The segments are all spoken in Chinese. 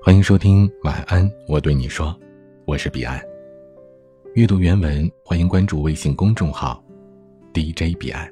欢迎收听晚安，我对你说，我是彼岸。阅读原文，欢迎关注微信公众号 DJ 彼岸。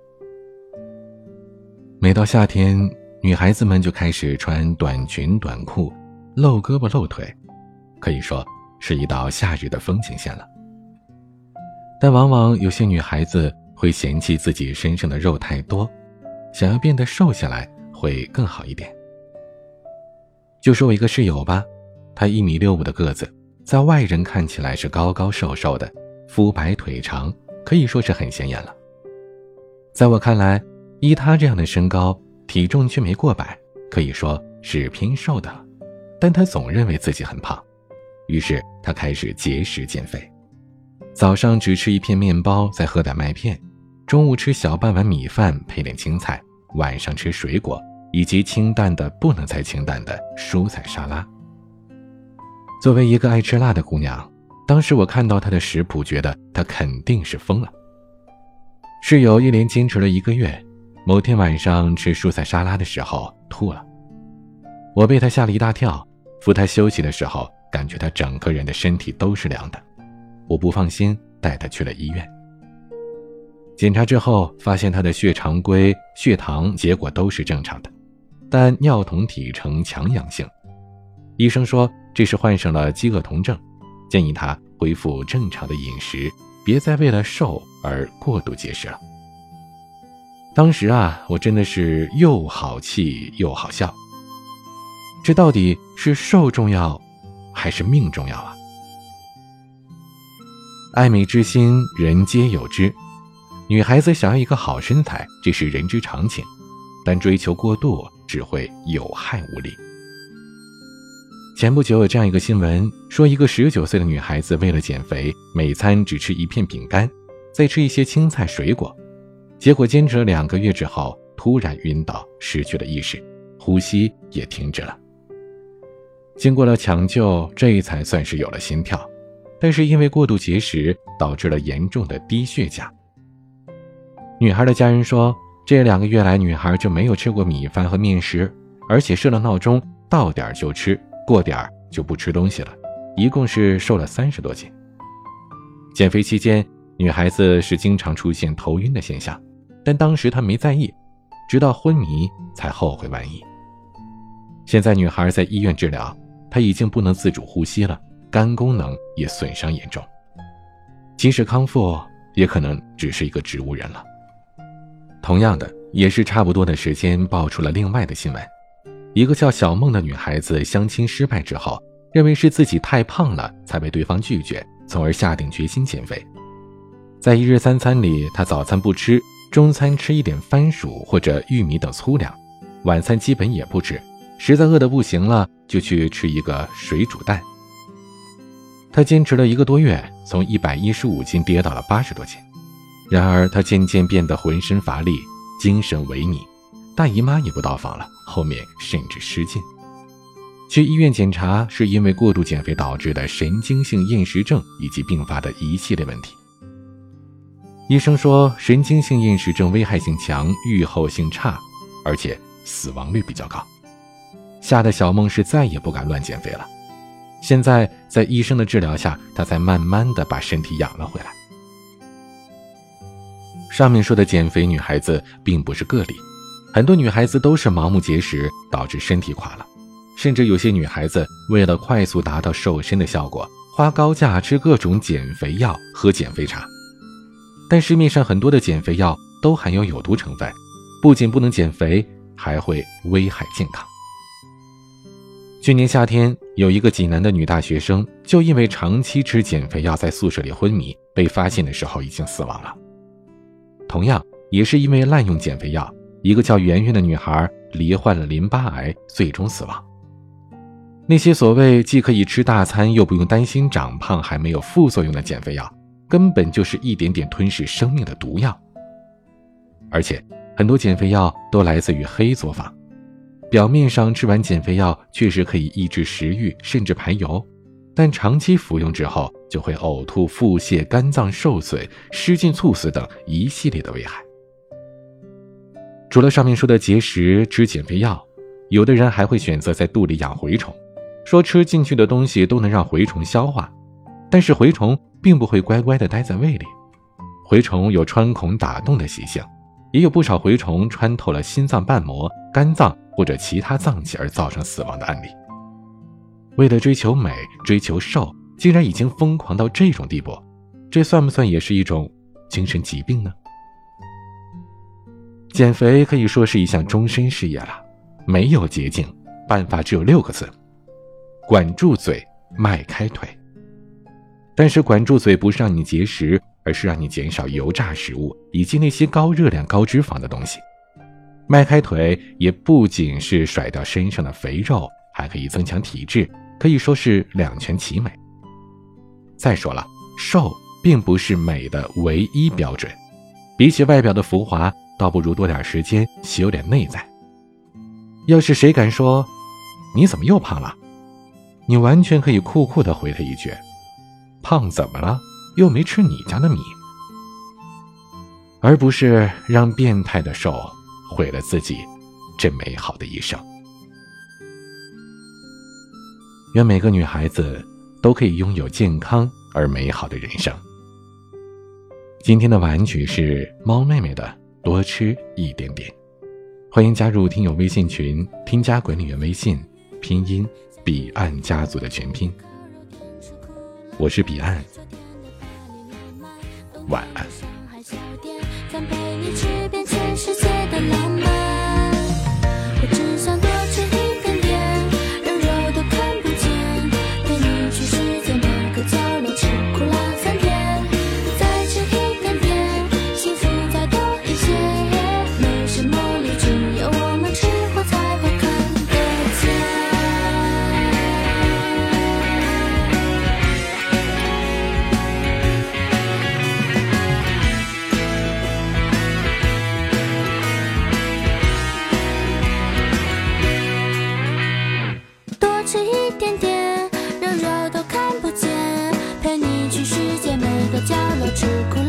每到夏天，女孩子们就开始穿短裙短裤，露胳膊露腿，可以说是一道夏日的风景线了。但往往有些女孩子会嫌弃自己身上的肉太多，想要变得瘦下来会更好一点。就说我一个室友吧，她1.65米的个子，在外人看起来是高高瘦瘦的，肤白腿长，可以说是很显眼了。在我看来，依她这样的身高，体重却没过百，可以说是偏瘦的了。但她总认为自己很胖，于是她开始节食减肥。早上只吃一片面包，再喝点麦片，中午吃小半碗米饭配点青菜，晚上吃水果以及清淡的不能再清淡的蔬菜沙拉。作为一个爱吃辣的姑娘，当时我看到她的食谱，觉得她肯定是疯了。室友一连坚持了1个月，某天晚上吃蔬菜沙拉的时候吐了。我被她吓了一大跳，扶她休息的时候，感觉她整个人的身体都是凉的。我不放心，带她去了医院。检查之后发现她的血常规、血糖结果都是正常的，但尿酮体呈强阳性。医生说这是患上了饥饿酮症，建议她恢复正常的饮食，别再为了瘦而过度节食了。当时我真的是又好气又好笑。这到底是瘦重要还是命重要啊？爱美之心，人皆有之。女孩子想要一个好身材，这是人之常情，但追求过度只会有害无利。前不久有这样一个新闻，说一个19岁的女孩子为了减肥，每餐只吃1片饼干，再吃一些青菜水果，结果坚持了2个月之后，突然晕倒，失去了意识，呼吸也停止了。经过了抢救，这才算是有了心跳，但是因为过度节食，导致了严重的低血钾。女孩的家人说，这2个月来女孩就没有吃过米饭和面食，而且设了闹钟，到点就吃，过点就不吃东西了，一共是瘦了30多斤。减肥期间，女孩子是经常出现头晕的现象，但当时她没在意，直到昏迷才后悔晚矣。现在女孩在医院治疗，她已经不能自主呼吸了，肝功能也损伤严重，即使康复，也可能只是一个植物人了。同样的，也是差不多的时间爆出了另外的新闻，一个叫小梦的女孩子相亲失败之后，认为是自己太胖了才被对方拒绝，从而下定决心减肥。在1日3餐里，她早餐不吃，中餐吃一点番薯或者玉米等粗粮，晚餐基本也不吃，实在饿得不行了，就去吃一个水煮蛋。她坚持了1个多月，从115斤跌到了80多斤。然而她渐渐变得浑身乏力，精神萎靡，大姨妈也不到访了，后面甚至失禁。去医院检查，是因为过度减肥导致的神经性厌食症以及并发的一系列问题。医生说，神经性厌食症危害性强，预后性差，而且死亡率比较高。吓得小梦是再也不敢乱减肥了。现在在医生的治疗下，她才慢慢的把身体养了回来。上面说的减肥女孩子并不是个例，很多女孩子都是盲目节食导致身体垮了，甚至有些女孩子为了快速达到瘦身的效果，花高价吃各种减肥药，喝减肥茶。但市面上很多的减肥药都含有有毒成分，不仅不能减肥，还会危害健康。去年夏天，有一个济南的女大学生就因为长期吃减肥药在宿舍里昏迷，被发现的时候已经死亡了。同样也是因为滥用减肥药，一个叫圆圆的女孩罹患了淋巴癌，最终死亡。那些所谓既可以吃大餐又不用担心长胖还没有副作用的减肥药，根本就是一点点吞噬生命的毒药。而且很多减肥药都来自于黑作坊，表面上吃完减肥药确实可以抑制食欲甚至排油，但长期服用之后就会呕吐、腹泻、肝脏受损、失禁猝死等一系列的危害。除了上面说的节食、吃减肥药，有的人还会选择在肚里养蛔虫， 说吃进去的东西都能让蛔虫消化，但是蛔虫并不会乖乖地待在胃里，蛔虫有穿孔打洞的习性，也有不少蛔虫穿透了心脏瓣膜、肝脏或者其他脏器而造成死亡的案例。为了追求美、追求瘦，竟然已经疯狂到这种地步，这算不算也是一种精神疾病呢？减肥可以说是一项终身事业了，没有捷径，办法只有6个字：管住嘴，迈开腿。但是管住嘴不是让你节食，而是让你减少油炸食物以及那些高热量高脂肪的东西。迈开腿也不仅是甩掉身上的肥肉，还可以增强体质，可以说是两全其美。再说了，瘦并不是美的唯一标准，比起外表的浮华，倒不如多点时间修炼内在。要是谁敢说你怎么又胖了，你完全可以酷酷地回他一句，胖怎么了？又没吃你家的米。而不是让变态的瘦毁了自己这美好的一生。愿每个女孩子都可以拥有健康而美好的人生。今天的晚安曲是猫妹妹的多吃一点点。欢迎加入听友微信群，添加管理员微信拼音彼岸家族的全拼。我是彼岸，晚安。 想陪你吃遍全世界的浪漫，我只想多吃一点点，肉肉都看不见，陪你去世界每个角落吃苦辣酸甜，再吃一点点，幸福再多一些，没什么理，只有我们吃过才会看得见。吃一点点，肉肉都看不见，陪你去世界每个角落吃苦